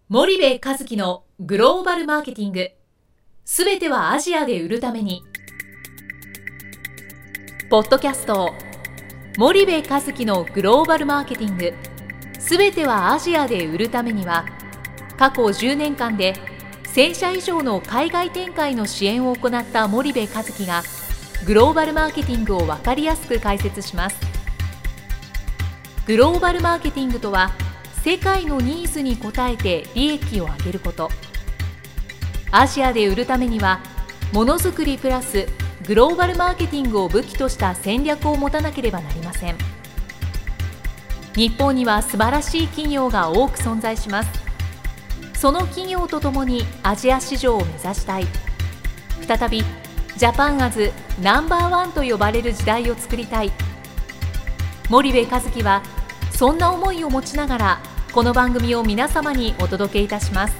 森部一樹のグローバルマーケティング。すべてはアジアで売るために。ポッドキャスト森部一樹のグローバルマーケティング。すべてはアジアで売るためには、過去10年間で1000社以上の海外展開の支援を行った森部一樹がグローバルマーケティングを分かりやすく解説します。グローバルマーケティングとは、世界のニーズに応えて利益を上げること。アジアで売るためには、ものづくりプラスグローバルマーケティングを武器とした戦略を持たなければなりません。日本には素晴らしい企業が多く存在します。その企業とともにアジア市場を目指したい。再びジャパンアズナンバーワンと呼ばれる時代を作りたい。森部一樹はそんな思いを持ちながら、この番組を皆様にお届けいたします。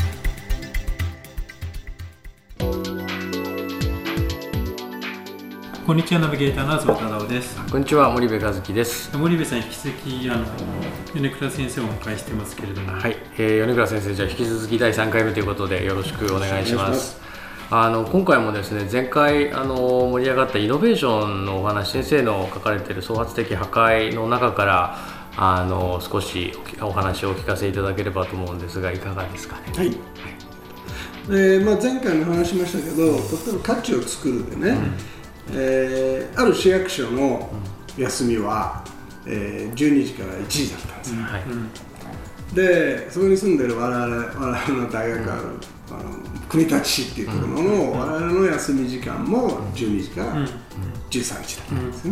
こんにちは、ナビゲーターの東忠夫です。 こんにちは、森部一樹です。 森部さん、引き続き米倉先生をお迎えしてますけれども、 はい、米倉先生、じゃあ引き続き第3回目ということでよろしくお願いします。今回もですね、前回盛り上がったイノベーションのお話、先生の書かれている創発的破壊の中から少しお話をお聞かせいただければと思うんですが、いかがですかね。 はい、前回も話しましたけど、例えば価値を作るでね、ある市役所の休みは、12時から1時だったんですよ、でそこに住んでる我々の大学ある、国立市っていうところの我々の休み時間も12時から13時だったんですよね。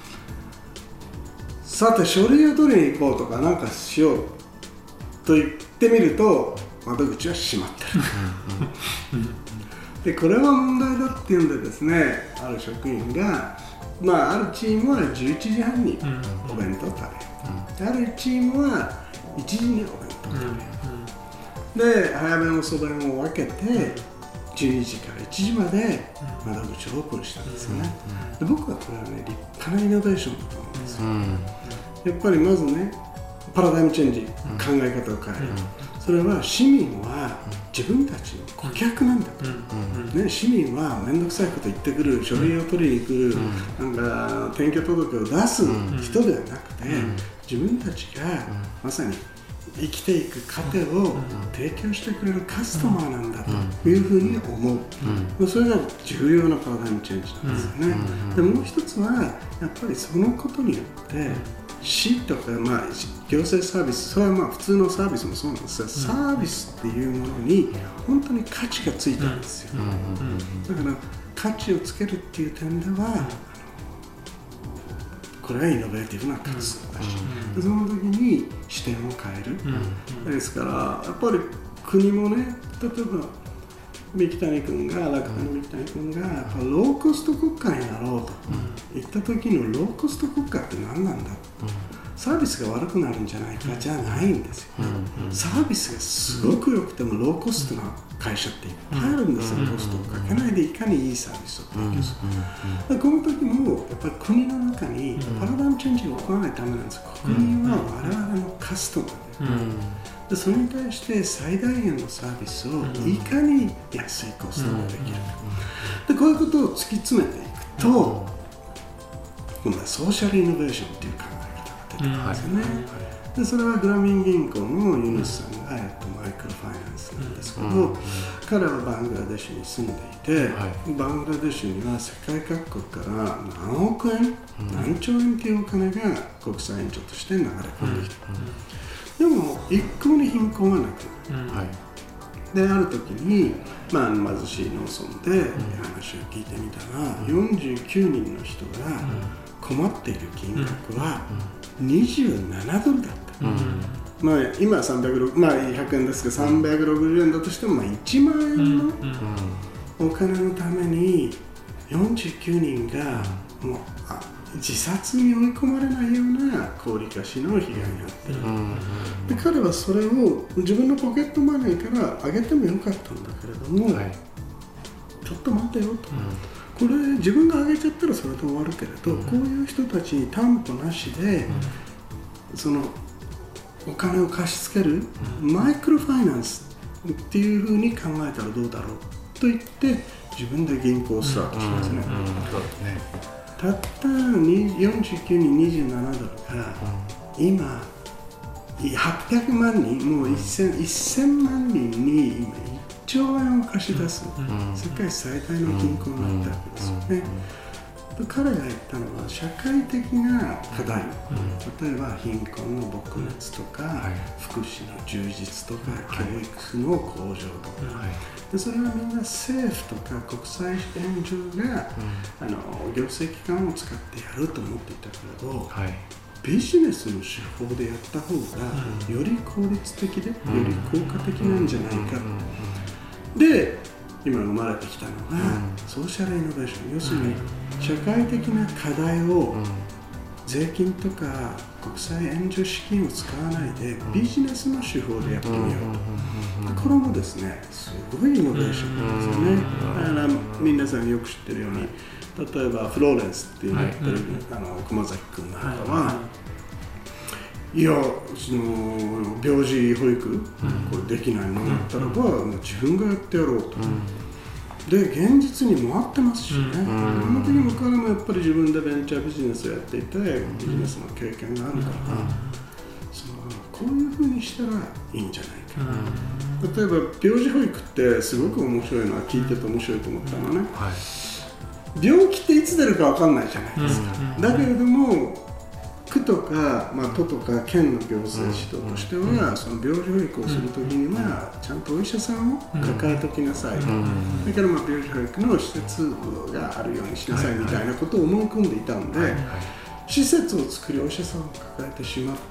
さて書類を取りに行こうとか何かしようと言ってみると窓口は閉まってるでこれは問題だっていうんでですね、ある職員が、あるチームは11時半にお弁当を食べる、あるチームは1時にお弁当を食べる、で早弁遅弁を分けて12時から1時まで窓口をオープンしたんですよね。で僕はこれはね、立派なイノベーションだと思うんですよ。やっぱりまずね、パラダイムチェンジ、考え方を変える、それは市民は自分たちの顧客なんだと、市民は面倒くさいこと言ってくる、書類を取りに来る、転居届を出す人ではなくて、自分たちがまさに生きていく糧を提供してくれるカスタマーなんだというふうに思う、それが重要なパラダイムチェンジなんですよね。でもう一つはやっぱりそのことによって市とか、行政サービス、それは普通のサービスもそうなんですが、サービスっていうものに本当に価値がついたんですよ。だから価値をつけるっていう点では、これはイノベーティブな活動だし、その時に視点を変える、ですからやっぱり国もね、例えば三木谷君が、楽天の三木谷君がやっぱローコスト国家になろうと言った時のローコスト国家って何なんだ、サービスが悪くなるんじゃないかじゃないんですよ。サービスがすごく良くてもローコストな会社っていっぱいあるんですよ。コストをかけないでいかにいいサービスを提供する。この時もやっぱり国の中にパラダイムチェンジを行わないためなんですよ。国民は我々のカスタマーで、それに対して最大限のサービスをいかに安いコストができるか、でこういうことを突き詰めていくと、今度はソーシャルイノベーションという考え方が出てくるんですよね。でそれはグラミン銀行のユヌスさんがマイクロファイナンスなんですけど、彼はバングラデシュに住んでいて、バングラデシュには世界各国から何億円、何兆円というお金が国際援助として流れ込んできた。でも一向に貧困はなくなる。である時に、貧しい農村で話を聞いてみたら、49人の人が困っている金額は27ドルだった。今は100円ですけど360円だとしても1万円のお金のために49人がもう自殺に追い込まれないような高利貸しの被害に遭っている。で彼はそれを自分のポケットマネーから上げてもよかったんだけれども、ちょっと待てよと、これ自分が上げちゃったらそれで終わるけれど、こういう人たちに担保なしで、そのお金を貸し付けるマイクロファイナンスっていうふうに考えたらどうだろうと言って自分で銀行をスタートしますね。たった49人27ドルが今800万人、もう1000万人に今1兆円を貸し出す世界最大の銀行になったわけですよね。彼が言ったのは社会的な課題、例えば貧困の撲滅とか、福祉の充実とか、教育の向上とか、でそれはみんな政府とか国際援助が、行政機関を使ってやると思っていたけれど、ビジネスの手法でやった方がより効率的で、より効果的なんじゃないか。で今生まれてきたのが、ソーシャルイノベーション、要するに社会的な課題を税金とか国際援助資金を使わないでビジネスの手法でやってみようと。これもですね、すごいイノベーションなんですよね。だから皆さんよく知ってるように、例えばフローレンスっていうのをやってる駒崎君なんかは、いや、その病児保育、これできないのだったらば、自分がやってやろうと。で、現実に回ってますしね。その時も彼もやっぱり自分でベンチャービジネスをやっていて、ビジネスの経験があるから、こういうふうにしたらいいんじゃないか。例えば病児保育ってすごく面白いのは、聞いてて面白いと思ったのね。病気っていつ出るか分かんないじゃないですか。だけれども区とか、都とか県の行政指導としては、その病児保育をするときにはちゃんとお医者さんを抱えておきなさい、それから病児保育の施設があるようにしなさいみたいなことを思い込んでいたんで、施設を作りお医者さんを抱えてしまって、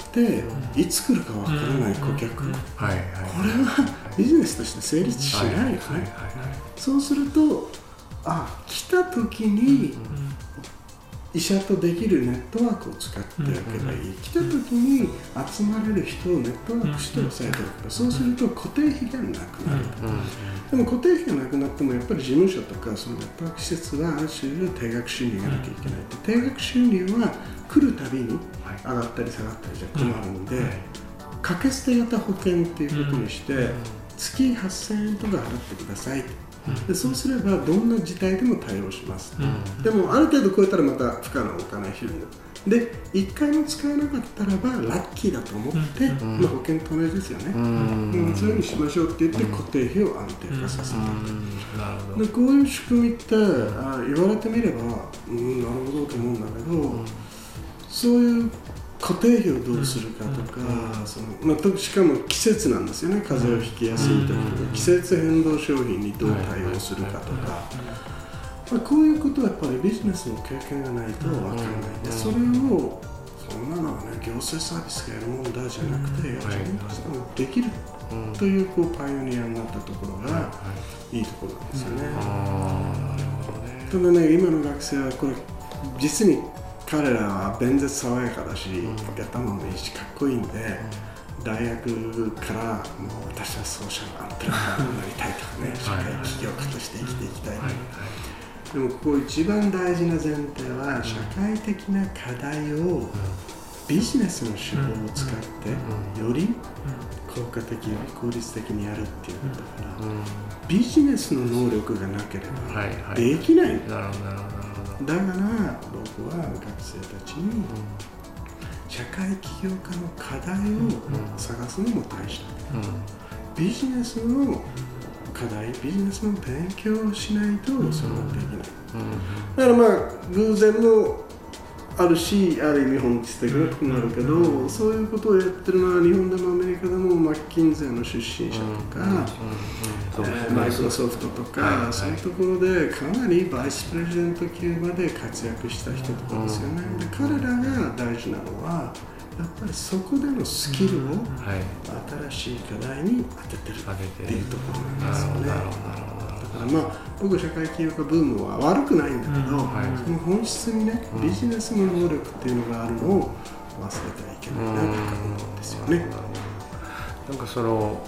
いつ来るかわからない顧客、これはビジネスとして成立しないよね。そうすると、来た時に医者とできるネットワークを使っておけばいい。来た時に集まれる人をネットワークして抑えておけば、そうすると固定費がなくなる。でも固定費がなくなってもやっぱり事務所とかそのネットワーク施設はある種定額収入がなきゃいけない。定額収入は来るたびに上がったり下がったりじゃ困るので、掛け捨て型保険っていうことにして月8000円とか払ってください。でそうすればどんな事態でも対応します、でもある程度超えたらまた負荷のお金収入で、1回も使えなかったらばラッキーだと思って、保険と同じですよね、そういうふうにしましょうって言って固定費を安定化させた、でこういう仕組みって言われてみれば、なるほどと思うんだけど、そういう固定費をどうするかとか、しかも季節なんですよね。風邪をひきやすい時に季節変動商品にどう対応するかとか、こういうことはやっぱりビジネスの経験がないと分からないで、それをそんなのはね、行政サービスがやる問題じゃなくて、自分たちでもできるというパイオニアになったところがいいところなんですよね。ただね、今の学生はこれ実に彼らは弁舌爽やかだし、頭もいいしかっこいいんで、大学からもう私はソーシャルアントレプレナーになりたいとかね、社会起業家として生きていきたい、でもここ一番大事な前提は、社会的な課題をビジネスの手法を使ってより効果的、より効率的にやるっていうことだから、ビジネスの能力がなければできない。だから僕は学生たちに社会起業家の課題を探すのも大事だ、ビジネスの課題、ビジネスの勉強をしないとそれはできない、だから偶然もあるし、ある意味本質的なところになるけど、そういうことをやってるのは日本でもアメリカでもマッキンゼーの出身者とか、マイクロソフトとか、そういうところでかなりバイスプレジデント級まで活躍した人とかですよね。で彼らが大事なのはやっぱりそこでのスキルを新しい課題に当ててるっていうところなんですよね。だから僕社会起業家ブームは悪くないんだけど、その本質にね、ビジネスの能力っていうのがあるのを忘れてはいけないなと思うんですよね。 なんかその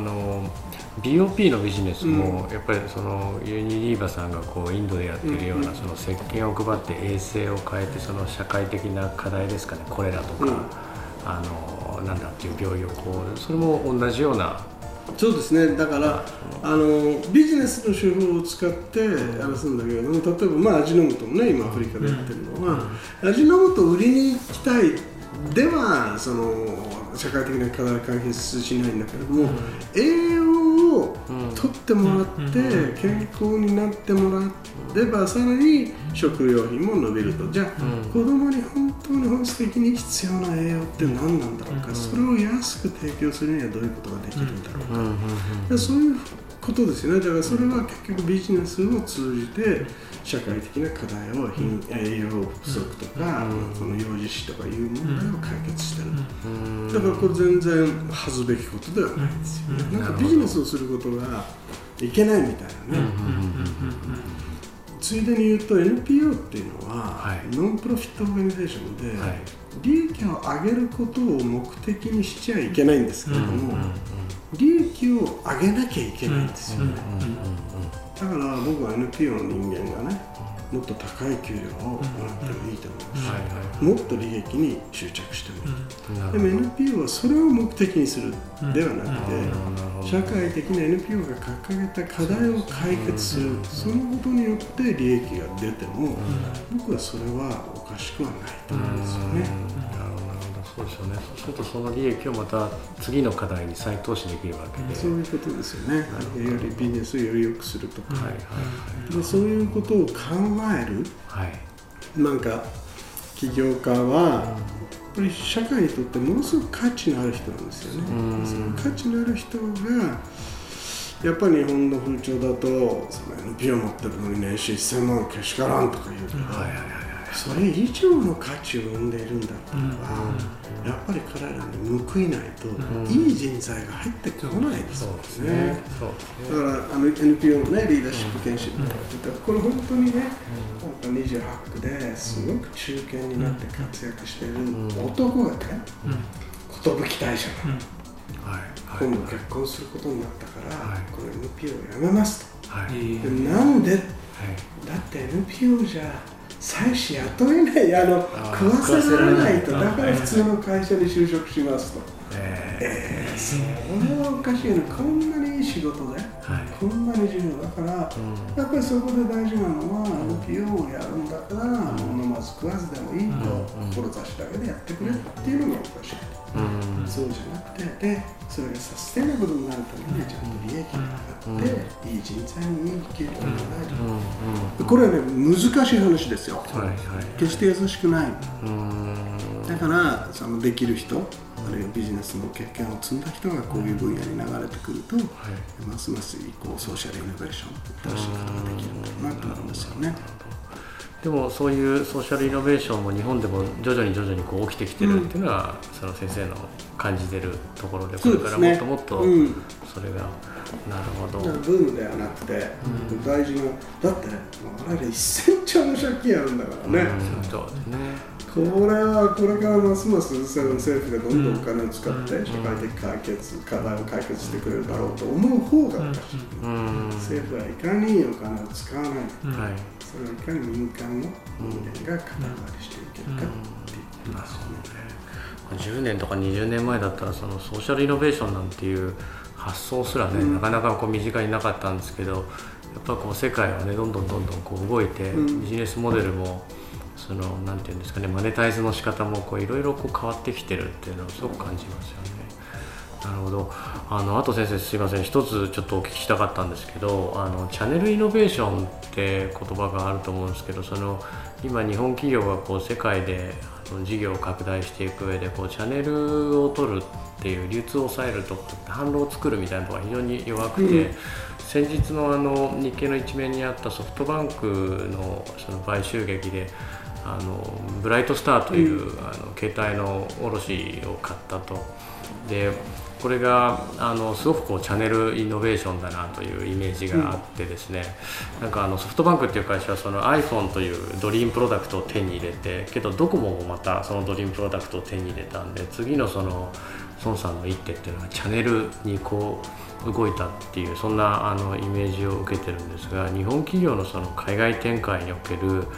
BOP のビジネスもやっぱりそのユニリーバさんがインドでやっているようなその石鹸を配って衛生を変えて、その社会的な課題ですかね、コレラとかなんだっていう病気をそれも同じようなそうですね、だからビジネスの手法を使ってやらすんだけれども、例えば、味の素もね、今アフリカでやってるのは、味の素を売りに行きたいでは社会的な課題を解決しないんだけれども、栄養を取ってもらって健康になってもらえば、さらに食料品も伸びると。じゃあ、子供に本当に本質的に必要な栄養って何なんだろうか、それを安く提供するにはどういうことができるんだろうか、そういうことですよね。だからそれは結局ビジネスを通じて社会的な課題を栄養不足とか、その幼児死とかいう問題を解決してる。だからこれ全然恥ずべきことではないんですよね。なんかビジネスをすることがいけないみたいなね。ついでに言うと NPO っていうのは、ノンプロフィットオーガニゼーションで、利益を上げることを目的にしちゃいけないんですけれども、利益を上げなきゃいけないんですよね。だから僕は NPO の人間がね、もっと高い給料をもらってもいいと思いますし、もっと利益に執着してもいい。でも NPO はそれを目的にするではなくて、社会的な NPO が掲げた課題を解決する、そのことによって利益が出ても、僕はそれはおかしくはないと思うんですよね。 そうですよね。そうするとその利益をまた次の課題に再投資できるわけで、 そういうことですよね。よりビジネスをより良くするとか、でそういうことを考える、なんか起業家はやっぱり社会にとってものすごく価値のある人なんですよね。その価値のある人がやっぱり日本の風潮だと、NPO 持ってるのに年収1000万けしからんとか言うけど、それ以上の価値を生んでいるんだったらば、やっぱり彼らに報いないと、いい人材が入ってこないですよね。だからNPO のね、リーダーシップ研修とかってこれ本当にね、28区ですごく中堅になって活躍している男がね、寿大社が今度結婚することになったから、この NPO を辞めますと。なんで？だって NPO じゃ妻子雇えない、食わせられないと、だから普通の会社に就職しますと。それはおかしいよね。こんなにいい仕事で、こんなに重要だから、やっぱりそこで大事なのは NPO をやるんだから、飲まず食わずでもいいと、志だけでやってくれっていうのがおかしい。そうじゃなくて、でそれがサステナブルになるためにはちゃんと利益が上がって、いい人材にいい給料がもらえる。これはね、難しい話ですよ。決して優しくない。だからできる人、あるいはビジネスの経験を積んだ人がこういう分野に流れてくると、ますますソーシャルイノベーション、新しいことができるんだろうなと思うんですよね。 でもそういうソーシャルイノベーションも日本でも徐々にこう起きてきてるっていうのは、その先生の感じてるところで、これからもっともっとそれが、なるほど。 ブームではなくて、大事な、だって我々1000兆の借金あるんだからね。 そうですね。 これはこれからますます政府がどんどんお金を使って社会的課題を解決してくれるだろうと思う方がおかしい。政府はいかにお金を使わない、それをいかに民間の人間が肩代わりしていけるかっていうことですよね。 10年とか20年前だったらそのソーシャルイノベーションなんていう発想すらね、なかなか身近になかったんですけど、やっぱ世界はねどんどん動いて、ビジネスモデルもなんていうんですかね、マネタイズの仕方もいろいろ変わってきてるっていうのをすごく感じますよね。なるほど。あと先生、すいません、一つちょっとお聞きしたかったんですけど、チャンネルイノベーションって言葉があると思うんですけど、今日本企業が世界で事業を拡大していく上でチャンネルを取るっていう、流通を抑えるとか販路を作るみたいなのが非常に弱くて、先日の日経の一面にあったソフトバンクの買収劇でブライトスターという、携帯の卸を買ったと。でこれがすごくチャンネルイノベーションだなというイメージがあってですね、なんかソフトバンクっていう会社はiPhone というドリームプロダクトを手に入れて、けどドコモもまたそのドリームプロダクトを手に入れたんで、次の孫さんの一手っていうのはチャンネルに動いたっていう、そんなイメージを受けてるんですが、日本企業の海外展開におけるこ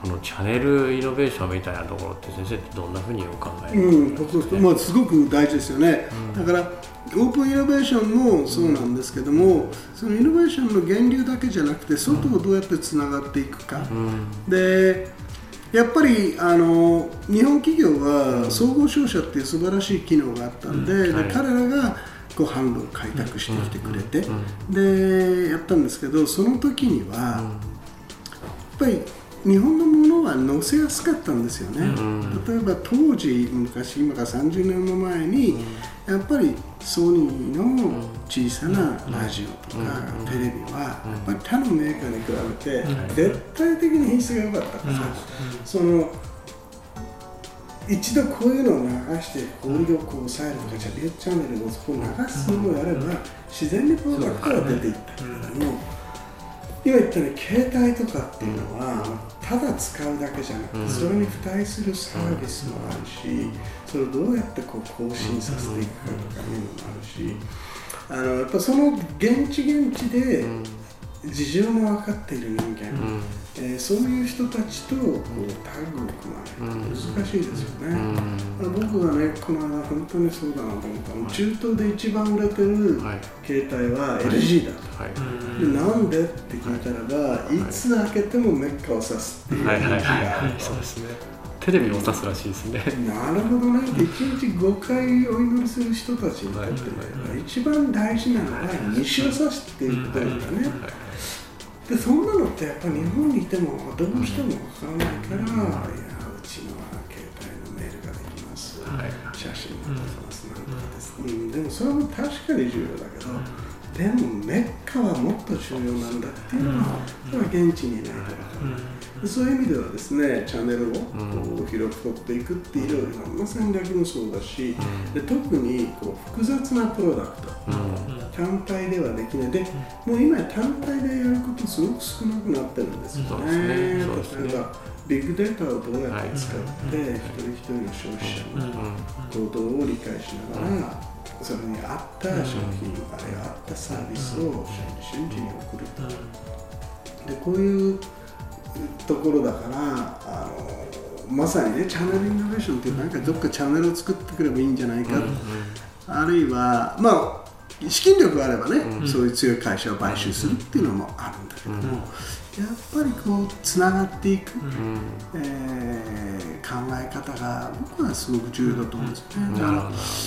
このチャンネルイノベーションみたいなところって先生ってどんなふうにお考えですか？ まあ、すごく大事ですよね、だからオープンイノベーションもそうなんですけども、そのイノベーションの源流だけじゃなくて外をどうやってつながっていくか、でやっぱり日本企業は総合商社っていう素晴らしい機能があったんで、彼らがこう販路を開拓してきてくれて、でやったんですけど、その時にはやっぱり日本のものは載せやすかったんですよね、例えば当時昔今から30年も前に、やっぱりソニーの小さなラジオとかテレビはやっぱり他のメーカーに比べて絶対的に品質が良かったから、その一度こういうのを流して小売りをこう抑えるとか、じゃあビューチャンネルをそこを流すのをやれば自然にプロダクトが出ていったけれども、今言ったように携帯とかっていうのはただ使うだけじゃなくて、それに付帯するサービスもあるし、それをどうやってこう更新させていくかとかいうのもあるし、やっぱその現地現地で事情の分かっている人間、そういう人たちとこうタッグを組まないと難しいですよね。僕がね、この間本当にそうだなと思ったの、中東で一番売れてる携帯は LG だと、でなんでって聞いたらば、いつ開けてもメッカを指すっていう話があると。 そうですね、テレビも指すらしいですね。 なるほどね。1日5回お祈りする人たちにとっては一番大事なのは西を指すっていうことなんだね。でそんなのってやっぱり日本にいてもどうしてもわからないから、いやうちの携帯のメールができます、写真が出せますなんとかです、でもそれも確かに重要だけど、でもメッカはもっと重要なんだっていうのは、それは現地にいないとわからない。そういう意味ではですね、チャンネルをこう広く取っていくっていういろんな戦略もそうだし、で特にこう複雑なプロダクト、単体ではできないで、もう今単体でやることすごく少なくなってるんですよね。例えばビッグデータをどうやって使って一人一人の消費者の行動を理解しながら、それに合った商品、あるいは合ったサービスを瞬時に送ると。でこういうところだからまさにね、チャンネルイノベーションっていうなんかどっかチャンネルを作ってくればいいんじゃないか、あるいはまあ資金力があればね、そういう強い会社を買収するっていうのもあるんだけども、やっぱりこうつながっていく、考え方が僕はすごく重要だと思うんですよね。だから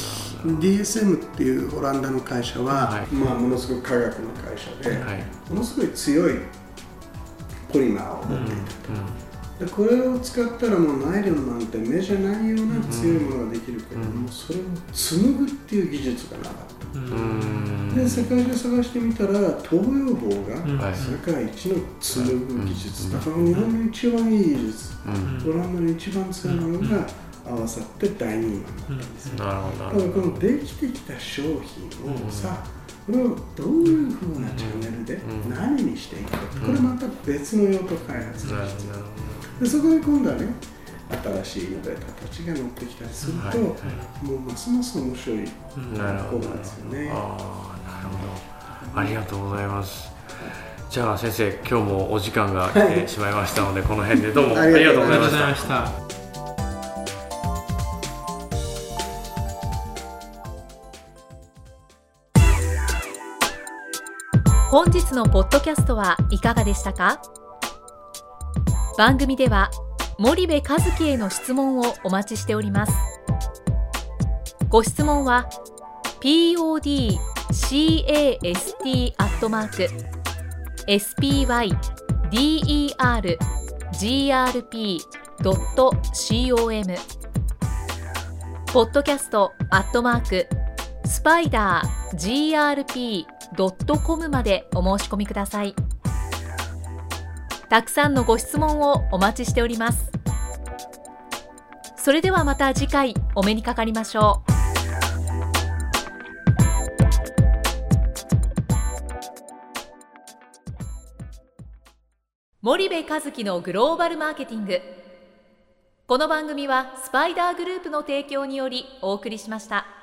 DSM っていうオランダの会社は、まあ、ものすごく科学の会社で、ものすごい強いポリマーを持っていたと、でこれを使ったらもうナイロンなんて目じゃないような強いものができるけれども、それを紡ぐっていう技術がなかった、で世界中探してみたら東洋棒が世界一の紡ぐ技術、だから日本の一番いい技術、オランダの一番強いものが合わさって第2位になったんですよ。だからこのできてきた商品をさ、これをどういうふうなチャンネルで何にしていくか、これまた別の用途開発が必要で、そこに今度はね、新しいイノベーターたちが乗ってきたりすると、もうますます面白いコーナーですよね。 なるほど、ありがとうございます。じゃあ先生、今日もお時間が来てしまいましたので、この辺でどうもありがとうございました。 本日のポッドキャストはいかがでしたか？番組では森部一樹への質問をお待ちしております。ご質問は podcast@spydergrp.com podcast@spidergrp.com までお申し込みください。たくさんのご質問をお待ちしております。それではまた次回お目にかかりましょう。森部一樹のグローバルマーケティング。この番組はスパイダーグループの提供によりお送りしました。